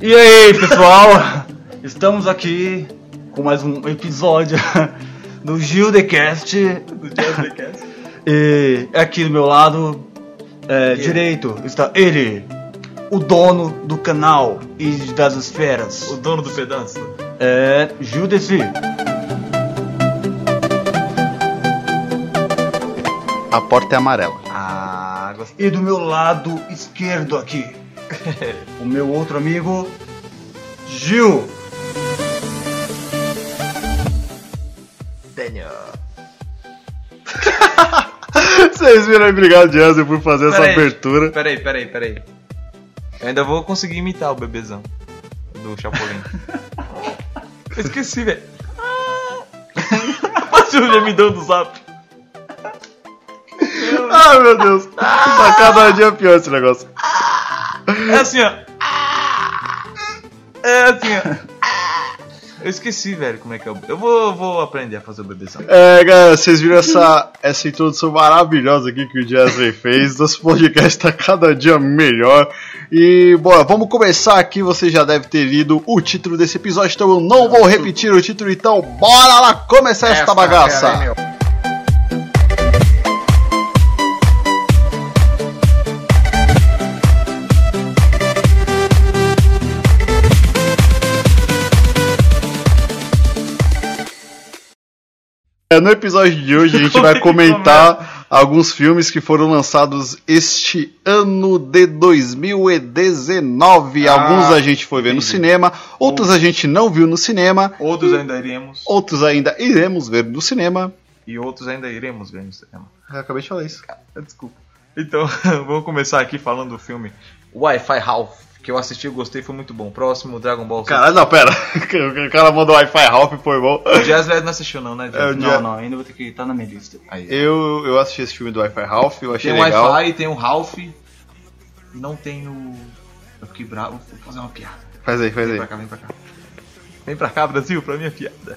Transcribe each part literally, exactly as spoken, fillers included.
E aí, pessoal? Estamos aqui com mais um episódio do Gildecast. Do Gildecast. E aqui do meu lado é, direito está ele, o dono do canal e das esferas. O dono do pedaço. É Gildeci. A porta é amarela. Ah, gostei. E do meu lado esquerdo aqui, o meu outro amigo, Gil. Daniel. Vocês viram aí, obrigado, Jazzy, por fazer Pera essa aí, abertura. Peraí, peraí, peraí. Eu ainda vou conseguir imitar o bebezão do Chapolin. Eu esqueci, velho. Passei o gemidão do Zap. Ai, meu Deus. Tá cada dia pior esse negócio. É assim, ó. É assim, ó. Eu esqueci, velho, como é que é o... Eu vou, vou aprender a fazer o bebezão. É, galera, vocês viram essa, essa introdução maravilhosa aqui que o Jazzy fez. Nosso podcast tá cada dia melhor. E, bora, vamos começar aqui. Você já deve ter lido o título desse episódio, então eu não vou repetir o título. Então, bora lá começar esta, esta bagaça. Cara, é meu. No episódio de hoje a gente vai comentar alguns filmes que foram lançados este ano de dois mil e dezenove. Ah, alguns a gente foi ver entendi. no cinema, outros a gente não viu no cinema. Outros ainda iremos. Outros ainda iremos ver no cinema. E outros ainda iremos ver no cinema. Eu acabei de falar isso. Desculpa. Então, vamos começar aqui falando do filme Wi-Fi Ralph, que eu assisti e gostei, foi muito bom. Próximo, Dragon Ball. Caralho, não, pera. O cara mandou Wi-Fi Ralph, foi bom. O Jazz não assistiu não, né, Jazz? É, não, não, ainda vou ter que estar na minha lista. Aí, eu, eu assisti esse filme do Wi-Fi Ralph, eu achei tem legal. Tem o Wi-Fi, tem o Ralph, não tem o... Eu fiquei bravo, vou fazer uma piada. Faz aí, faz vem aí. Vem pra cá, vem pra cá. Vem pra cá, Brasil, pra minha piada.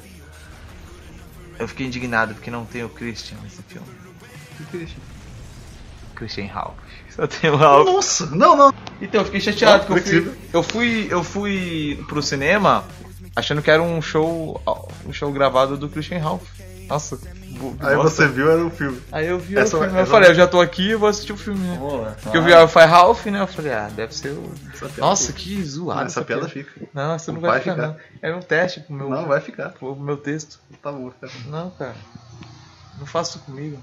Eu fiquei indignado porque não tem o Christian nesse filme. Que Christian? Christian Ralph. Só tem o Ralph. Nossa, não, não. Então, eu fiquei chateado porque eu fui, eu fui eu fui pro cinema achando que era um show um show gravado do Christian Ralph. Nossa. Aí nossa. Você viu, era um filme. Aí eu vi essa, o filme. essa eu falei, eu já tô aqui, eu vou assistir o filme, né? Boa, porque eu vi o Wi-Fi Ralph, né? Eu falei, ah, deve ser o... Nossa, fica. Que zoado. Não, essa, essa piada, piada fica. Não, essa não vai, vai ficar, ficar, não. É um teste pro meu... Não, vai ficar. Pro meu texto. Tá bom, cara. Não, cara. Não faça isso comigo.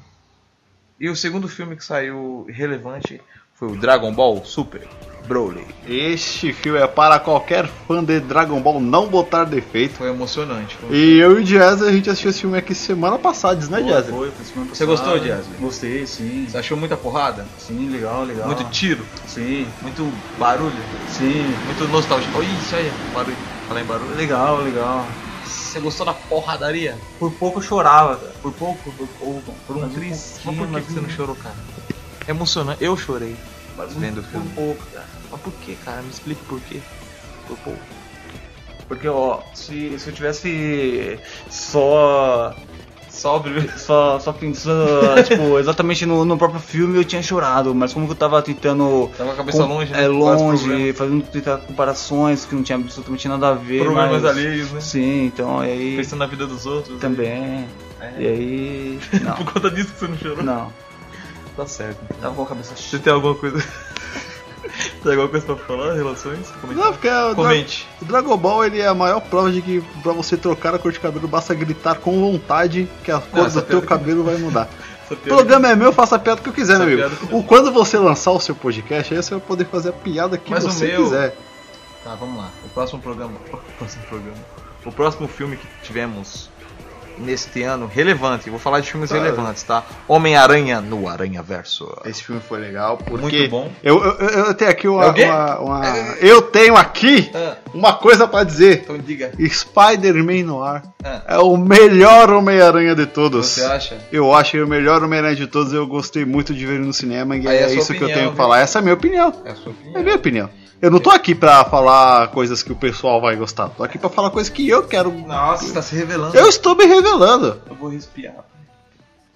E o segundo filme que saiu relevante foi o Dragon Ball Super Broly. Este filme é para qualquer fã de Dragon Ball não botar defeito. Foi emocionante. Foi. E eu e o Jazz, a gente assistiu esse filme aqui semana passada, né, Jazz? Foi, foi semana passada. Você gostou, Jazz? Gostei, sim. Você achou muita porrada? Sim, legal, legal. Muito tiro? Sim. Muito barulho? Sim. Muito nostálgico. Olha isso aí, barulho. Falar em barulho. Legal, legal. Você gostou da porradaria? Por pouco eu chorava, cara. Por pouco? Por pouco. Por um triz? Um mas por que, mas que você não chorou, cara? É emocionante. Eu chorei. Mas vendo o filme. Por pouco, cara. Mas por que, cara? Me explica por quê. Por pouco. Porque, ó, se, se eu tivesse só... Sóbrio, só, só pensando, tipo, exatamente no, no próprio filme eu tinha chorado, mas como eu tava tentando... Tava com a cabeça com, longe, né? É, longe, fazendo tentar comparações que não tinha absolutamente nada a ver, problemas mas... alheios, né? Sim, então aí... Pensando na vida dos outros. Também, é. E aí... Não. Por conta disso que você não chorou? Não. Tá certo. Tava com a cabeça... Você tem alguma coisa... Tem alguma coisa pra falar? Relações? Não, porque o, Comente. Dra- o Dragon Ball ele é a maior prova de que pra você trocar a cor de cabelo basta gritar com vontade que a cor não, do teu cabelo vai mudar. O programa é meu, faça a piada que eu quiser, meu amigo. O, quando você lançar o seu podcast, aí você vai poder fazer a piada que Mas você o meu... quiser. Tá, vamos lá. O próximo programa... O próximo programa... O próximo filme que tivemos neste ano, relevante, vou falar de filmes tá. relevantes, tá? Homem-Aranha no Aranhaverso. Esse filme foi legal, porque... Muito bom. Eu, eu, eu tenho aqui uma... É uma, uma é. Eu tenho aqui ah. uma coisa pra dizer. Então diga. Spider-Man Noir ah. é o melhor Homem-Aranha de todos. Você acha? Eu acho o melhor Homem-Aranha de todos, eu gostei muito de ver ele no cinema, e Aí é, é isso opinião, que eu tenho viu? que falar. Essa é a minha opinião. É a sua opinião. É a minha opinião. Eu não tô aqui pra falar coisas que o pessoal vai gostar. Tô aqui pra falar coisas que eu quero. Nossa, você tá se revelando. Eu estou me revelando. Eu vou respirar.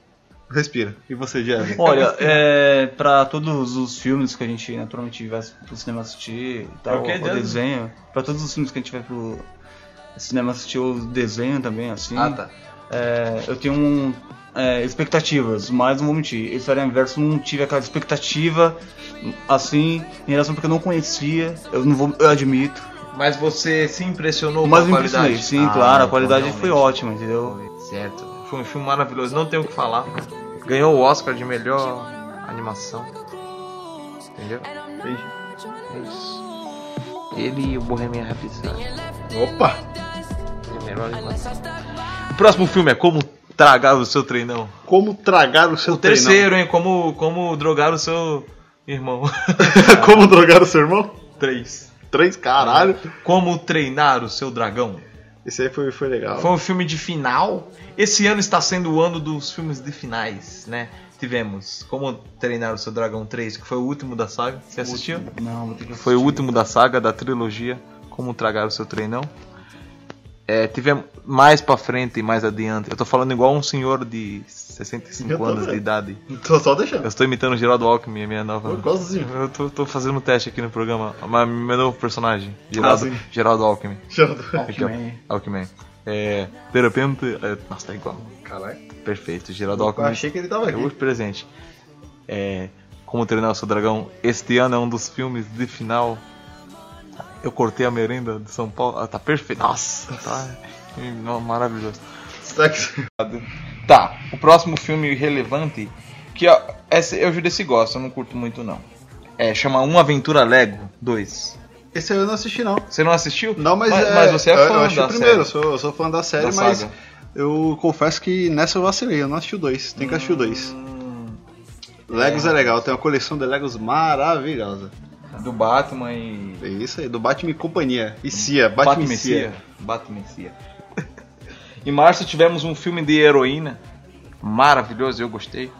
Respira. E você, Jerry? Olha, é, pra todos os filmes que a gente naturalmente vai pro cinema assistir e tal, Ok, o Deus. desenho, pra todos os filmes que a gente vai pro cinema assistir o desenho também, assim, Ah, tá. é, eu tenho um, é, expectativas, mas não vou mentir, esse Aranha Verso não tive aquela expectativa, assim, em relação porque eu não conhecia, eu não vou, eu admito, Mas você se impressionou mas com me a qualidade? impressionei, sim, Ah, claro, a então qualidade realmente foi ótima, entendeu? foi certo. Foi um filme maravilhoso, não tenho o que falar. Ganhou o Oscar de melhor animação. Entendeu? É isso. Ele e o Bohemian Rhapsody. Opa! De melhor animação. O próximo filme é Como Tragar o Seu Treinão. Como tragar o seu O terceiro, hein? Como, como drogar o seu irmão. treinão? Como drogar o seu irmão? Três. Três, caralho. Como treinar o seu dragão. Esse aí foi, foi legal. Foi um filme de final. Esse ano está sendo o ano dos filmes de finais, né? Tivemos Como Treinar o Seu Dragão três, que foi o último da saga. Você assistiu? Não, vou ter que Foi o assistir. último da saga, da trilogia Como Tragar o Seu Treinão. É, tivemos mais pra frente e mais adiante. Eu tô falando igual um senhor de sessenta e cinco Eu tô anos de vendo. idade. Tô só deixando. Eu estou imitando o Geraldo Alckmin, a minha nova... Igualzinho. Eu tô, tô fazendo um teste aqui no programa. Mas meu novo personagem, Geraldo, sim. Geraldo Alckmin. Aqui, ó. Alckmin. Alckmin. É, de repente... É, nossa, tá igual. Caralho. Perfeito, Geraldo Eu Alckmin. achei que ele tava É aqui. o presente. É, Como Treinar o Seu Dragão. Este ano é um dos filmes de final. Eu cortei a merenda de São Paulo. Ah, tá perfeito. Nossa, tá não, maravilhoso. Tá, o próximo filme relevante, que ó, esse, eu juro se gosta, eu não curto muito não. É, chama Uma Aventura Lego dois. Esse aí eu não assisti, não. Você não assistiu? Não, mas, mas, é, mas você é eu, fã eu achei da o primeiro, série. eu sou, eu sou fã da série, Da mas saga. eu confesso que nessa eu vacilei, eu não assisti o dois. Tem que assistir o dois. Hum, Legos é. legal, tem uma coleção de Legos maravilhosa. do Batman e... É isso aí, do Batman e Companhia. E Cia, Batman e Cia. Batman e Cia. Em março tivemos um filme de heroína maravilhoso, eu gostei.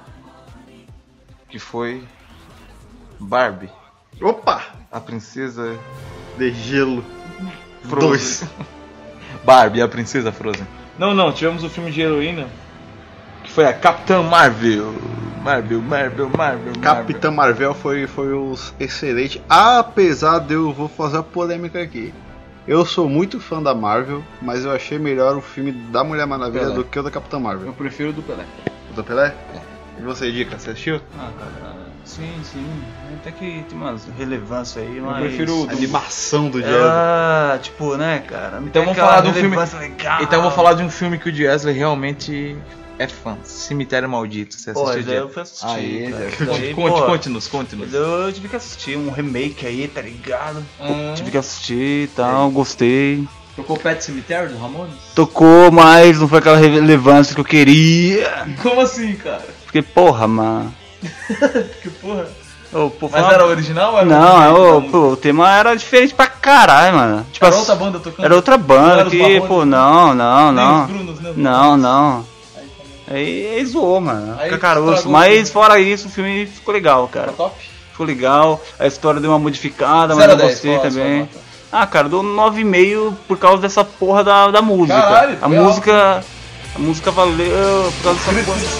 Que foi Barbie, Opa! a princesa De gelo. Frozen. Dois. Barbie, a princesa Frozen. Não, não, tivemos um filme de heroína que foi a Capitã Marvel. Marvel, Marvel, Marvel, Capitã Marvel foi, foi o excelente. Apesar de eu vou fazer a polêmica aqui. Eu sou muito fã da Marvel, mas eu achei melhor o filme da Mulher Maravilha Pelé. do que o da Capitã Marvel. Eu prefiro o do Pelé. O da Pelé? E você, Dica, você assistiu? Ah, cara, sim, sim. Até que tem umas relevâncias aí, mas... prefiro o A do- animação do Jazz. Ah, tipo, né, cara? Não Então tem vamos aquela falar de um filme. relevância legal. Então eu vou falar de um filme que o Wesley realmente é fã. Cemitério Maldito. Você Pô, assistiu? esse daí eu Diego? fui assistir, Aí, cara. Zé. Esse daí, Conte, pô, conte-nos, conte-nos. Mas eu, eu tive que assistir um remake aí, tá ligado? Hum. Tive que assistir e tal, gostei. Tocou Pet Cemitério do Ramones? Tocou, mas não foi aquela relevância que eu queria. Como assim, cara? Porque, porra, mano. Que porra? Ô, pô, Mas foi uma- era original ou era Não, um é, remake ô, da música? pô, o tema era diferente pra caralho, mano. Tipo, Era ass- outra banda tocando? Era outra Não banda era os que, Marrones? pô, não, não, Nem não. os Brunos, né? Não, não. Aí, aí zoou, mano. Aí Fica caroço. estragou o Mas filme. fora isso, o filme ficou legal, cara. Tá top? Ficou legal. A história deu uma modificada, mas zero a eu dez, gostei qual a sua também. nota? Ah, cara, eu dou nove vírgula cinco por causa dessa porra da, da música. Caralho, a foi música. A música valeu por causa dessa porra.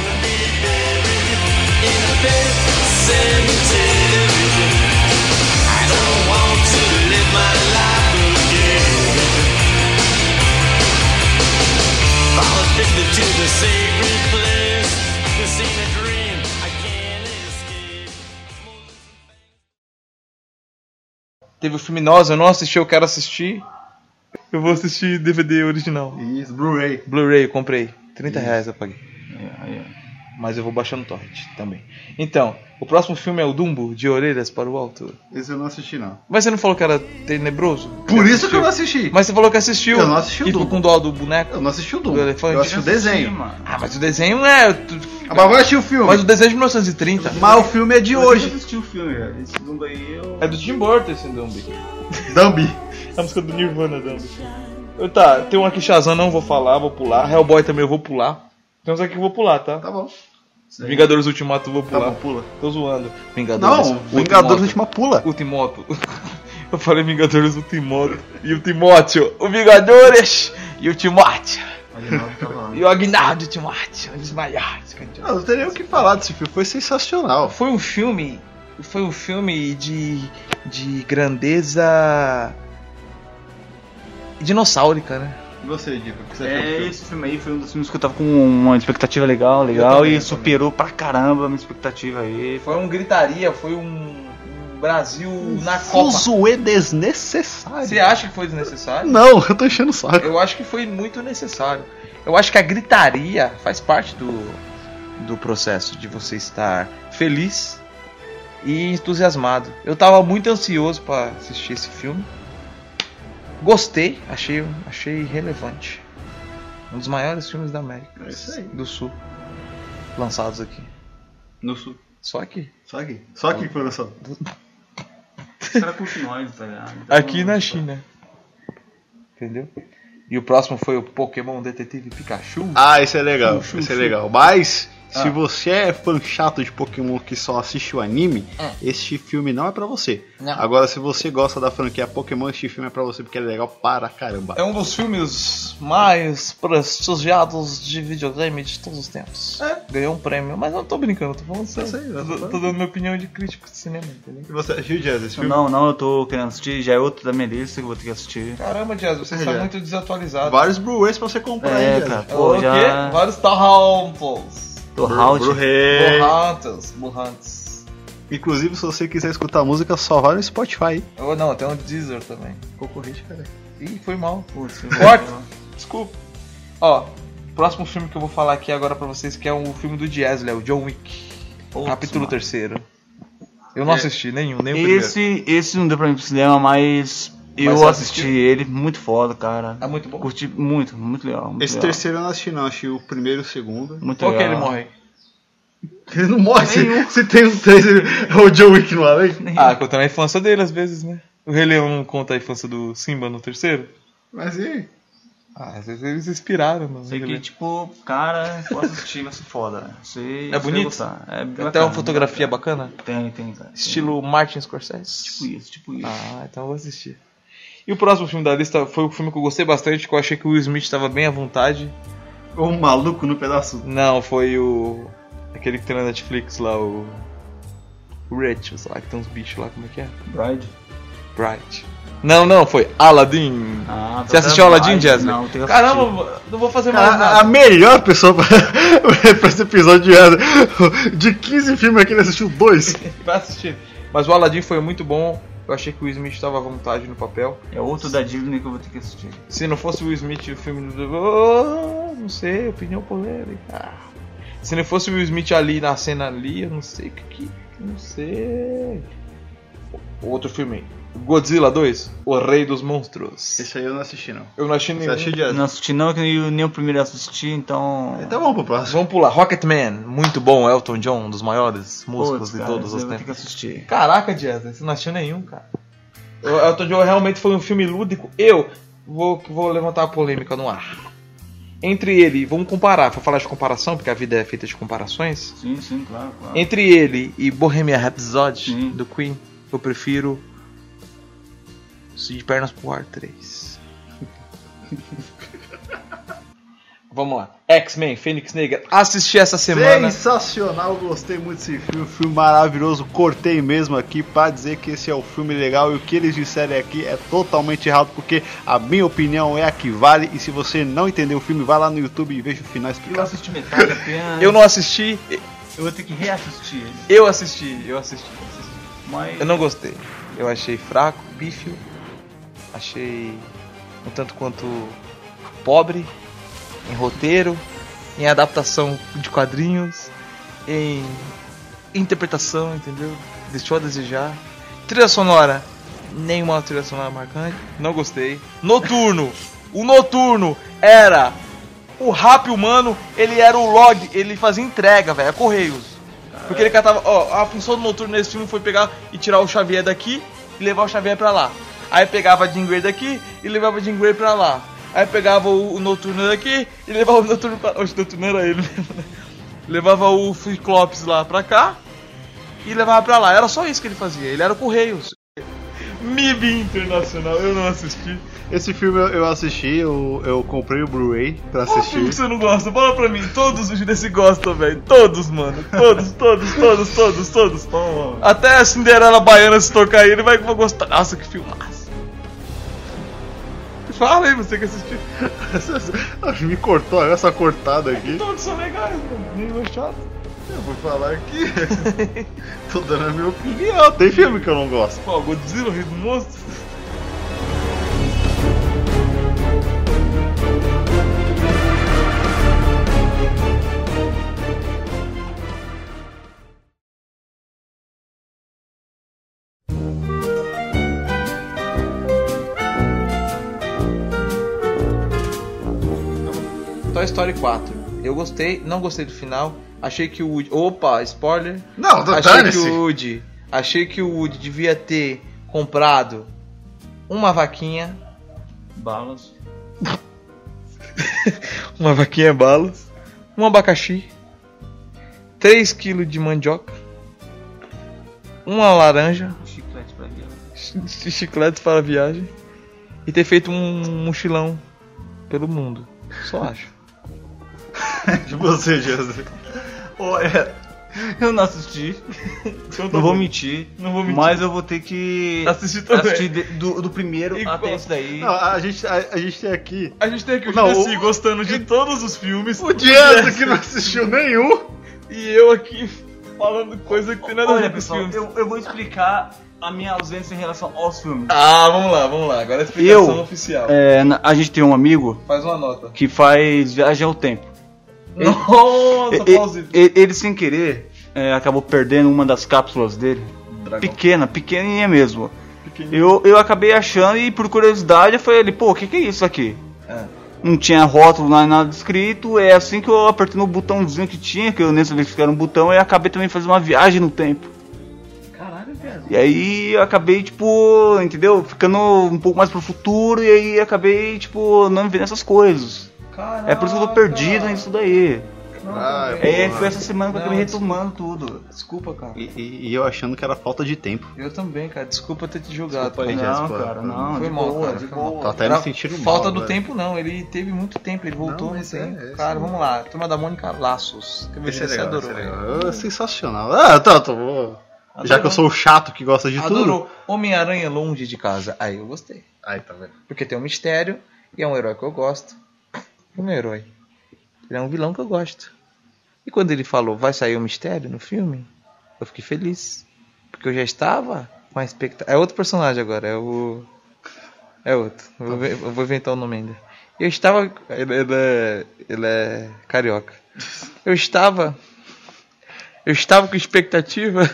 Teve o filme Nós, eu não assisti, eu quero assistir. Eu vou assistir D V D original. Isso, Blu-ray. Blu-ray, eu comprei. trinta reais eu paguei. Mas eu vou baixar no torrent também. Então, o próximo filme é o Dumbo, De Orelhas para o Alto. Esse eu não assisti, não. Mas você não falou que era tenebroso? Por Você isso que eu não assistiu? assisti. Mas você falou que assistiu. Eu não assisti o E ficou Dumbo. com dó do boneco? Eu não assisti o Dumbo. Do elefante? Eu assisti o desenho. mano. Ah, mas o desenho é... tu- Ah, mas vai assistir o filme. Mas o desenho é de mil novecentos e trinta. Mas o filme é de Eu hoje. assisti o filme, velho. Esse Dumbo aí eu. É do Tim Burton esse Dumbo. Dumbi. A música do Nirvana, Dumbo. Eu, tá, tem um aqui Shazam, não vou falar, vou pular. Hellboy também eu vou pular. Tem uns aqui que eu vou pular, tá? Tá bom. Vingadores Ultimato eu vou Tá pular. bom, pula. Tô zoando. Vingadores. Não, Vingadores Última pula. Ultimoto. Eu falei Vingadores Ultimoto. E o Timóteo. O Vingadores e o Timóteo. E o Agnaldo Timóteo, desmaiado. Não, não teria o que falar desse filme, foi sensacional. Foi um filme, foi um filme de, de grandeza dinossáurica, né? E você, Dico, o que você É, achou? esse filme aí foi um dos filmes que eu tava com uma expectativa legal, legal, também, e eu superou pra caramba a minha expectativa aí. Foi um gritaria, foi um, um Brasil na Copa. Fuzuê desnecessário. Você acha que foi desnecessário? Não, eu tô enchendo o saco. Eu acho que foi muito necessário. Eu acho que a gritaria faz parte do, do processo de você estar feliz e entusiasmado. Eu tava muito ansioso pra assistir esse filme. Gostei, achei, achei relevante. Um dos maiores filmes da América É isso aí. do Sul lançados aqui. No sul. Só aqui. Só aqui. Só aqui que foi lançado. Os caras curtem nós, tá ligado? Aqui na China. Entendeu? E o próximo foi o Pokémon Detetive Pikachu. Ah, esse é legal. Chu, chu, esse é chu. legal. Mas, Ah. se você é fã chato de Pokémon que só assiste o anime, Ah. este filme não é pra você. Não. Agora, se você gosta da franquia Pokémon, este filme é pra você porque ele é legal para caramba. É um dos filmes mais prestigiados de videogame de todos os tempos. É. Ganhou um prêmio, mas eu não tô brincando, tô falando sério. sei, eu tô tô, falando. tô dando minha opinião de crítico de cinema, entendeu? E você assistiu, Jazz, esse filme? Não, não, eu tô querendo assistir, já é outro da minha lista que eu vou ter que assistir. Caramba, Jazz, você É, está já. muito desatualizado. Vários Blu-rays pra você comprar, É, hein, Jazz? cara. É Pô, o já- quê? Vários Tahampos. Tô out. Blu-ray. Burrantes. Burrantes. Inclusive, se você quiser escutar música, só vai no Spotify. Ou não, tem um Deezer também. Concorrente, cara. Ih, foi mal. Putz, Corta. Desculpa. Ó, próximo filme que eu vou falar aqui agora pra vocês, que é o filme do Diesel, é o John Wick. Putz, Capítulo mano. terceiro. Eu não É. assisti nenhum, nem o primeiro. Esse, esse não deu pra ir pro cinema, mas eu Mas você assisti assistiu? ele, muito foda, cara. É muito bom. Curti muito, muito legal. Muito Esse legal. terceiro eu não assisti, não. Assisti o primeiro e o segundo. Muito Qual que legal. ele morre? Ele não morre. Se, se tem os três, ele- é o John Wick no além. Ah, contando a infância dele às vezes, né? O Rei Leão não conta a infância do Simba no terceiro? Mas e aí? Ah, às vezes eles inspiraram, mano. Sei que, tipo, cara, posso assistir, vai ser foda. Sei, É você bonito? vai gostar. É Tem bacana, uma fotografia bacana. bacana? Tem, tem, cara. Estilo Martin Scorsese? Tipo isso, tipo isso. Ah, então eu vou assistir. E o próximo filme da lista foi o filme que eu gostei bastante, que eu achei que o Will Smith estava bem à vontade. O maluco no pedaço. Não, foi o... aquele que tem na Netflix lá, o... o Rich, sei lá, que tem uns bichos lá, como é que é? Bride? Bright. Não, não, foi Aladdin. Ah, Você assistiu Aladdin, Jazz? Não, tem que assistir. Caramba, não vou fazer mais Cara, a nada. melhor pessoa pra, pra esse episódio de Jazz. De quinze filmes aqui, ele assistiu dois. Vai assistir. Mas o Aladdin foi muito bom. Eu achei que o Will Smith estava à vontade no papel. É outro da Disney que eu vou ter que assistir. Se não fosse o Will Smith, o filme não... Oh, não sei, opinião polêmica. Ah. Se não fosse o Will Smith ali na cena ali, eu não sei o que que... Não sei... Outro filme, Godzilla dois, O Rei dos Monstros. Esse aí eu não assisti, não. Eu não achei Você nenhum. assistiu, Jazz? Não assisti não, que eu nem o primeiro assisti, então... Então vamos pro próximo. Vamos pular. Rocketman, muito bom. Elton John, um dos maiores músicos Putz, de cara, todos esse os eu vou ter que tempos. assistir. Caraca, Jazz, você não assistiu nenhum, cara. O Elton John realmente foi um filme lúdico. Eu vou, vou levantar a polêmica no ar. Entre ele, vamos comparar, vou falar de comparação, porque a vida é feita de comparações. Sim, sim, claro, claro. Entre ele e Bohemian Rhapsody, Sim. do Queen, eu prefiro De Pernas pro Ar três. Vamos lá. X-Men, Fênix Negra. Assisti essa semana. Sensacional, gostei muito desse filme, filme maravilhoso, cortei mesmo aqui pra dizer que esse é o filme legal e o que eles disserem aqui é totalmente errado, porque a minha opinião é a que vale, e se você não entendeu o filme, vai lá no YouTube e veja o final Eu explicado. assisti metade apenas. Eu não assisti, Eu vou ter que reassistir ele. eu assisti, eu assisti, eu assisti. Mas... Eu não gostei. Eu achei fraco, pífio. Achei um tanto quanto pobre em roteiro, em adaptação de quadrinhos, em interpretação, entendeu? Deixou a desejar. Trilha sonora, nenhuma trilha sonora marcante, não gostei. Noturno, o Noturno era o rap humano, ele era o log, ele fazia entrega, velho, é Correios. Porque ele catava, ó, a função do Noturno nesse filme foi pegar e tirar o Xavier daqui e levar o Xavier pra lá. Aí pegava a Jean Grey daqui e levava a Jean Grey pra lá. Aí pegava o, o Noturno daqui e levava o Noturno pra... Oxe, o Noturno era ele mesmo, né? Levava o Ciclopes lá pra cá e levava pra lá. Era só isso que ele fazia, ele era o Correios. M I B Internacional, eu não assisti. Esse filme eu, eu assisti, eu, eu comprei o Blu-ray pra Qual assistir. filme que você não gosta? Fala pra mim. Todos os desse gostam, velho. Todos, mano. Todos, todos, todos, todos, todos. Até a Cinderela Baiana se tocar aí, ele vai gostar. Nossa, que filmaço. Fala aí, você que assistiu. Me cortou essa cortada aqui. Todos são legais, mano. Ninguém é chato. Eu vou falar aqui. Tô dando a minha opinião. Tem filme que eu não gosto. Pô, Godzilla, o Rei do Monstro. Toy Story quatro. Eu gostei, não gostei do final. Achei que o Woody... Opa, spoiler. Não, Achei dane-se. que o Woody... Achei que o Woody devia ter comprado uma vaquinha. Balas. Uma vaquinha balas. Um abacaxi. três quilos de mandioca. Uma laranja. Chiclete pra viagem. ch- Chicletes para a viagem. E ter feito um mochilão pelo mundo. Só acho. De você, Jesus. Olha, eu não assisti. Então tá Não vou bom. mentir. Não vou mentir. Mas eu vou ter que Assistir também. assistir de- do, do primeiro Igual. até esse daí. Não, a gente, a, a gente tem aqui A gente tem aqui o Não, Jesse o- gostando de todos os filmes. o Dias que não assistiu nenhum. E eu aqui falando coisa que tem nada a Olha, ver com os pessoal, filmes. eu, eu vou explicar a minha ausência em relação aos filmes. Ah, vamos lá, vamos lá. Agora a explicação Eu, oficial. é, na- a gente tem um amigo Faz uma nota. que faz viagem ao tempo. Nossa, E- plausível. e- ele, sem querer, é, acabou perdendo uma das cápsulas dele. Pequena, pequenininha mesmo. Eu, eu acabei achando e por curiosidade eu falei, pô, o que, que é isso aqui? É. Não tinha rótulo, não nada escrito. É assim que eu apertei no botãozinho que tinha, que eu nem sabia que era um botão, e acabei também fazendo uma viagem no tempo. Caralho, velho. E aí eu acabei, tipo, entendeu? Ficando um pouco mais pro futuro, e aí acabei, tipo, não vendo essas coisas. É por isso que eu tô perdido nisso daí. Ah, É, porra. foi essa semana que eu Não, acabei retomando tudo. Desculpa, cara. E, e- e eu achando que era falta de tempo. Eu também, cara. Desculpa ter te julgado. Desculpa aí, cara. Não, Jéssica. cara, não. Foi de mal, boa, cara, de foi mal. boa. Tô até Era me sentindo mal. Falta do velho. tempo não, ele teve muito tempo, ele voltou Não, no mas é, tempo. é, Cara, sim. vamos lá. Turma da Mônica, Laços. Que Esse é você legal, adorou. esse é legal. É sensacional. Ah, tá, tô. vou- Já que eu sou o chato que gosta de Adorou. tudo. Homem-Aranha longe de casa. Aí eu gostei. Aí, tá vendo? Porque tem um mistério e é um herói que eu gosto. O meu herói. Ele é um vilão que eu gosto. E quando ele falou, vai sair o mistério no filme, eu fiquei feliz. Porque eu já estava com a expectativa. É outro personagem agora, é o. É outro. Eu vou, ve- eu vou inventar o nome ainda. Eu estava. Ele, ele é. Ele é carioca. Eu estava. Eu estava com expectativa.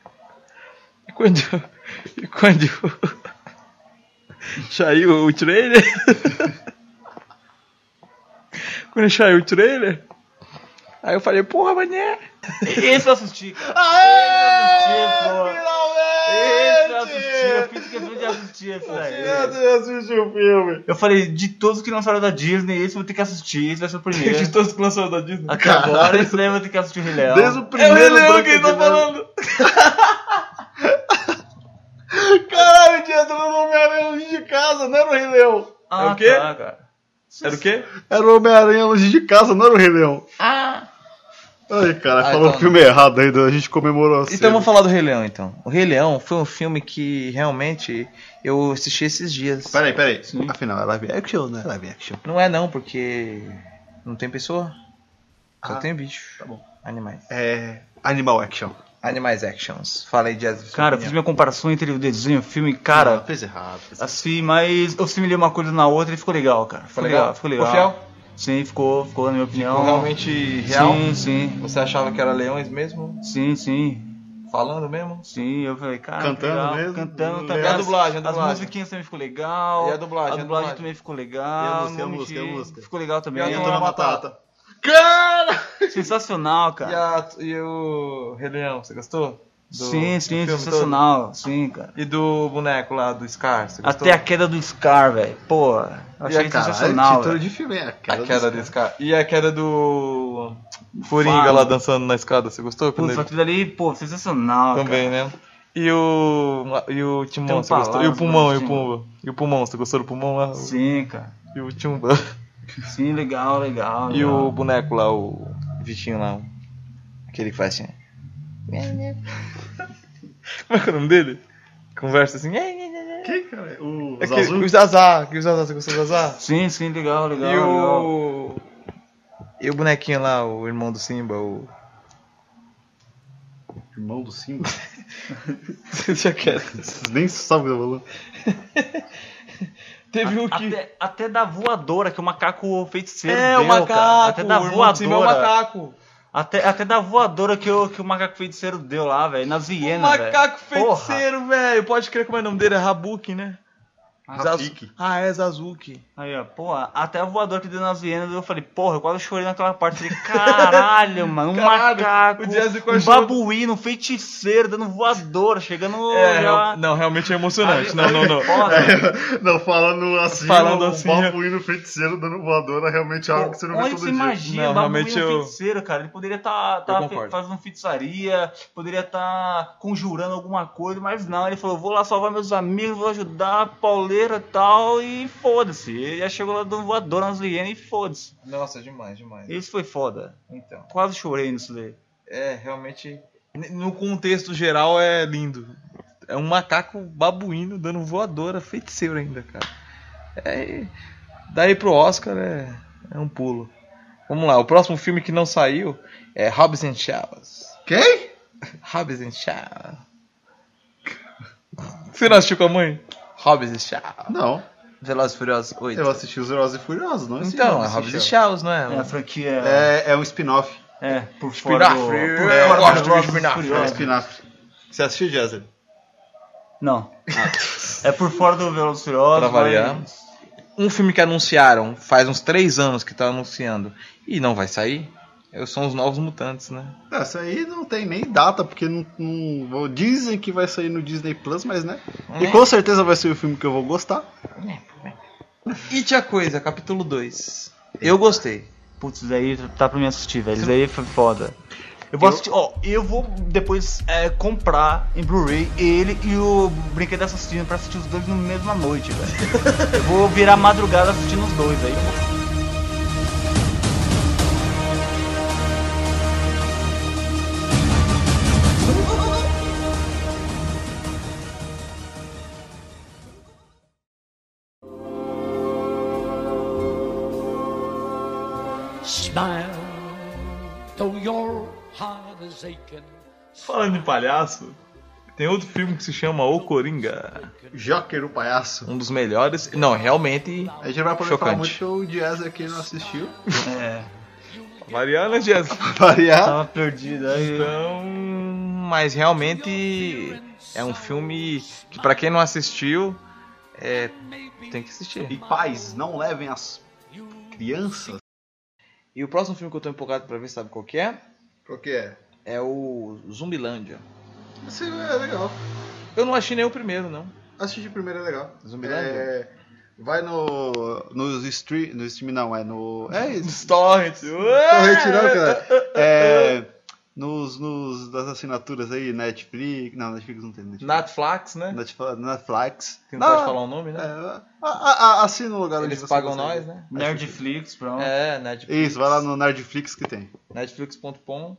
E quando. E quando. Saiu o trailer. Quando saiu o trailer. Aí eu falei, porra, mané. Esse eu assisti, cara. Aê, Esse eu assisti, eu finalmente! fiz questão de assistir esse daí. Eu assisti o filme. Eu falei, de todos que lançaram da Disney, esse eu vou ter que assistir, esse vai ser o primeiro. De todos que lançaram da Disney. Até agora, esse daí eu vou ter que assistir o Rei Leão. Desde o É o primeiro. Rei Leão Branca que ele de tá Neve. falando. Caralho, tinha entrado no Homem-Aranha longe de casa, não era o Rei Leão. Ah, É o quê? tá, cara. Era o quê? Era o Homem-Aranha longe de casa, não era o Rei Leão. Ah. Ai, cara, Ah, falou então o filme errado ainda, a gente comemorou assim. Então vamos falar do Rei Leão, então. O Rei Leão foi um filme que realmente eu assisti esses dias. Peraí, peraí. Sim. Afinal, é live action, né? Live action. Não é não, porque não tem pessoa. Só Ah, tem bicho. tá bom. Animais. É. Animal action. Animais Actions. Fala aí, Jazz. sua Cara, eu fiz opinião. minha comparação entre o desenho e o filme, cara, Não, fez errado. Fez errado. assim, mas eu assimilei uma coisa na outra e ficou legal, cara. Ficou legal, ficou legal. Ficou fiel? Sim, ficou, ficou na minha opinião. Ficou realmente real? Sim, sim. Você achava que era leões mesmo? Sim, sim. Falando mesmo? Sim, eu falei, cara, Cantando legal, mesmo? cantando E também. a As- dublagem, a As dublagem? musiquinhas também ficou legal. E a dublagem, A a dublagem dublagem? também ficou E a legal. música, a não música, a menti. música? Ficou legal também. E a E a Hakuna Dona Matata? Matata. Cara! Sensacional, cara. E, a, e o Rei Leão, você gostou? Do- sim, do sim, filme sensacional. Sim, cara. todo? E do boneco lá, do Scar, você gostou? Até a queda do Scar, velho. Pô, eu achei Caralho, sensacional. título velho. de filme é a A queda, queda do do Scar. E a queda do Coringa Fala. lá dançando na escada, você gostou? Quando Putz, ele- aquilo ali, pô, sensacional. Também, cara. né? E o. E o Timão, Tem você gostou? E o palavras, Pulmão, né, e o Pumba. E o Pulmão, você gostou do Pulmão lá? Sim, cara. E o Timba. Sim, legal, legal. E legal. o boneco lá, o Vitinho lá. o- Aquele que faz assim. Como é que é o nome dele? Conversa assim. Quem, cara? O É Zazu? que, o Zazá. Que o Zazá, você gostou do Zazá? Sim, sim, legal, legal. E legal. o. E o bonequinho lá, o irmão do Simba, o. Irmão do Simba? Já quero. Vocês nem sabem o que eu tô falando. Teve um que. Até, até da voadora, que o macaco feiticeiro É, deu, o macaco. cara. Até da o irmão do Simba é o voadora. macaco. Até, até da voadora que o, que o macaco feiticeiro deu lá, velho. Nas O hienas, velho. macaco Porra. feiticeiro, velho. Pode crer como é o nome dele? É Rabuki, né? Rafiki. Ah, é Zazuki. Aí, ó, porra, até a voadora que deu nas hienas, eu falei, porra, eu quase chorei naquela parte. Falei, caralho, mano, um Caralho, macaco, o Jazzy um quase chorou. babuíno, um feiticeiro, dando voadora, chegando É, já... real- não, realmente é emocionante. Não, não, não. Foda. Não, falando assim, Falando o assim, babuíno feiticeiro dando voadora realmente é algo que você não vê Onde todo você dia. imagina Não, o babuíno realmente eu- feiticeiro, cara? Ele poderia estar Eu concordo. fazendo feitiçaria, poderia estar conjurando alguma coisa, mas não, ele falou, vou lá salvar meus amigos, vou ajudar a pauleira e tal, e foda-se. Ele já chegou lá dando voadora nas hienas e foda-se. Nossa, demais, demais. Isso foi foda. Então, Quase chorei nisso daí. é realmente. n- No contexto geral é lindo. É um macaco babuíno dando voadora, feiticeiro ainda, cara. É, daí pro Oscar é, é um pulo. Vamos lá, o próximo filme que não saiu é Hobbs and Shaws. Quem? Hobbs and Shaw. Você não assistiu com a mãe? Hobbs and Shaw. Não. Velozes e Furiosos oito. Eu assisti os Velozes e Furiosos, não assisti. Então, não é assisti Hobbs and ela. Shaws, não é? É a franquia... É, é um spin-off. É, por fora Spin-off. do... Eu por É, fora gosto do de Velozes e spin-off. É um Furiosos. spin-off. Você assistiu, Jazzer? Não. É por fora do Velozes e Furiosos. Pra variar. mas- Um filme que anunciaram faz uns três anos que tá anunciando e não vai sair. São os Novos Mutantes, né? Essa aí não tem nem data, porque não, não- dizem que vai sair no Disney Plus, mas né? E com certeza vai ser o filme que eu vou gostar. It a Coisa, capítulo dois. Eu gostei. Putz, isso aí tá pra me assistir, velho. Isso aí foi foda. Eu vou assistir, ó, eu vou depois é, comprar em Blu-ray ele e o Brinquedo Assassino pra assistir os dois na mesma noite, velho. Eu vou virar madrugada assistindo os dois aí. Smile, though your heart is aching. Falando em palhaço, tem outro filme que se chama O Coringa. Joker, o palhaço. Um dos melhores. Não, realmente. A gente vai poder Chocante. falar muito que o Jazzer aqui não assistiu. É, Mariana Jazz. Variar. tava perdido aí. Então. Mas realmente é um filme que, pra quem não assistiu, é, tem que assistir. E pais, não levem as crianças. E o próximo filme que eu tô empolgado pra ver, sabe qual que é? Qual que é? É o Zumbilândia. Esse é legal. Eu não achei nem o primeiro, não. Assistir primeiro é legal. Zumbilândia? É, vai no. No stream. No stream não, é no. É isso. Torrent. Tô retirando, cara. É. Nos, nos. Das assinaturas aí, Netflix. Não, Netflix não tem. Netflix. Natflix, né? Netflix. Netflix. Que não pode falar o nome, né? É, a- a- a- assina o lugar onde Eles você pagam consegue. nós, né? Nerdflix, pronto. É, Netflix. Isso, vai lá no Nerdflix que tem. Netflix ponto com.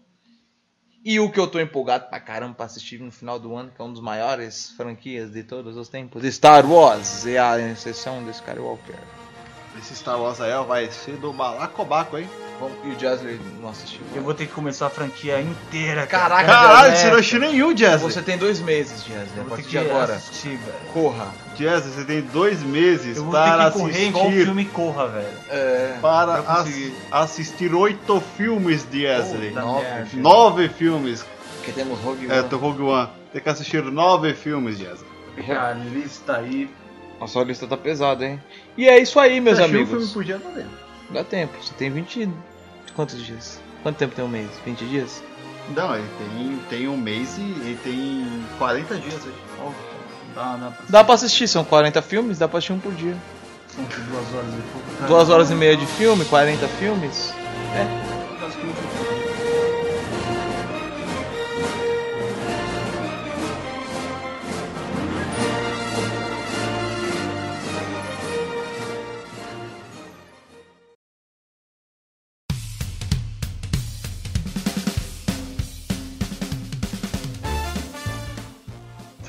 E o que eu tô empolgado pra caramba pra assistir no final do ano, que é um dos maiores franquias de todos os tempos, Star Wars e a exceção do Skywalker. Esse Star Wars aí ó, vai ser do balacobaco, hein? Vamos- E o Jasley não assistiu. Eu vou ter que começar a franquia inteira, Caraca, cara. Caralho, É, você não assistiu nenhum, Jazz. Você tem dois meses, Jasley, a Eu vou ter partir que de agora. assistir, velho. Corra. Jazz, você tem dois meses Eu vou para ter que correr igual o assistir. filme Corra, velho. É. Para Pra ass- conseguir. assistir oito filmes de Jazz. Puta nove merda. filmes. Nove filmes. Porque temos Rogue É, One. do Rogue One. Tem que assistir nove filmes, Jazz. A lista aí. Nossa, a lista tá pesada, hein? E é isso aí, meus Assistir um amigos. filme por dia, tá dentro. Dá tempo. Você tem vinte. Quantos dias? Quanto tempo tem um mês? vinte dias? Não, ele tem, tem um mês e ele tem quarenta dias aí. Ó, dá, dá pra Dá pra assistir, são quarenta filmes, dá pra assistir um por dia. São duas horas e pouco. cara. Duas horas e meia de filme, quarenta filmes. É. Acho que eu-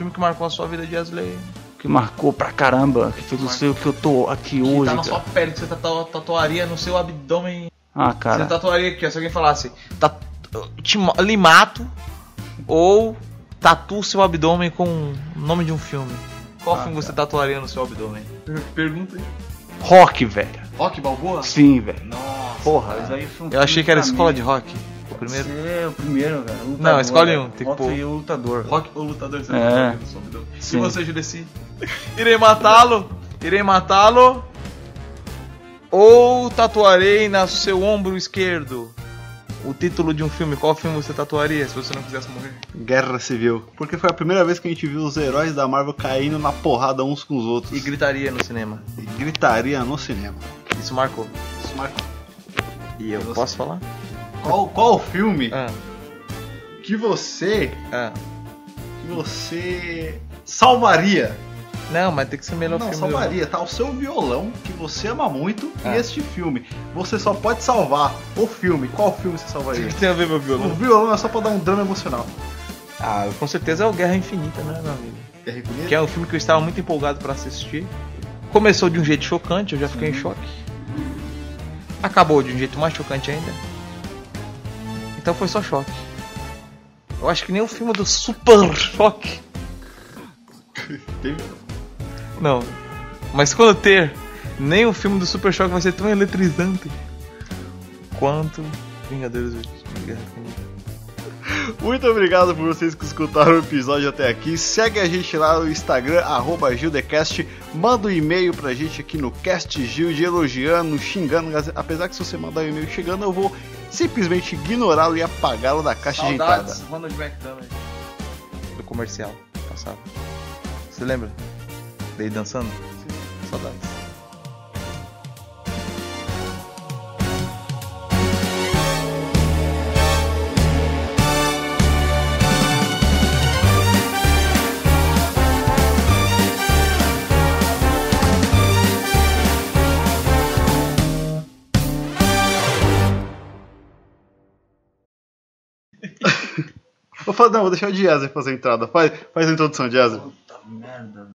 filme que marcou a sua vida, Jesley. Que marcou pra caramba, que fez o seu que eu tô aqui Que hoje. tá na cara. sua pele, que você tatu- tatuaria no seu abdômen. Ah, Você cara. tatuaria aqui, ó, se alguém falasse, tatu, te ma- lhe mato ou tatu seu abdômen com o nome de um filme. Qual Ah, filme você cara. tatuaria no seu abdômen? Pergunta aí. Rock, velho. Rock Balboa? Sim, velho. Nossa. Porra, isso aí foi um Eu achei filme que era pra Escola mim. de Rock. O primeiro. Você é o primeiro, cara. O Não, lutador, escolhe velho. um, tem que Rock pôr. e o lutador. Rock ou lutador você É. tatuaria no seu abdômen? Sim. E você, Judeci? Irei matá-lo, irei matá-lo ou tatuarei no seu ombro esquerdo o título de um filme. Qual filme você tatuaria se você não quisesse morrer? Guerra Civil. Porque foi a primeira vez que a gente viu os heróis da Marvel caindo na porrada uns com os outros. E gritaria no cinema. E gritaria no cinema. Isso marcou. Isso marcou. E eu Você- posso falar? Qual, qual o filme Ah, que você ah. que você salvaria? Não, mas tem que ser melhor Não, filme. salvaria, tá? O seu violão, que você ama muito, Ah. e este filme. Você só pode salvar o filme. Qual filme você O salvaria? que tem a ver meu O violão? violão é só pra dar um drama emocional. Ah, com certeza é o Guerra Infinita, né, meu amigo? É reconhecido? Que é um filme que eu estava muito empolgado pra assistir. Começou de um jeito chocante, eu já fiquei em choque. Acabou de um jeito mais chocante ainda. Então foi só choque. Eu acho que nem o filme do Super Choque. Teve- Não. Mas quando ter, nem o filme do Super Choque vai ser tão eletrizante quanto Vingadores Ultimate Guerra Infinita. Muito obrigado por vocês que escutaram o episódio até aqui. Segue a gente lá no Instagram, arroba GilDecast. Manda um e-mail pra gente aqui no CastGild, elogiando, xingando. Apesar que se você mandar um e-mail xingando, eu vou simplesmente ignorá-lo e apagá-lo da caixa de entrada. Saudades, Ronald McDonald. Do comercial passado. Você lembra? Dele dançando? Saudades. Vou fazer, não, vou deixar o Jazzy fazer a entrada. Faz, faz a introdução, Jazzy. Puta merda.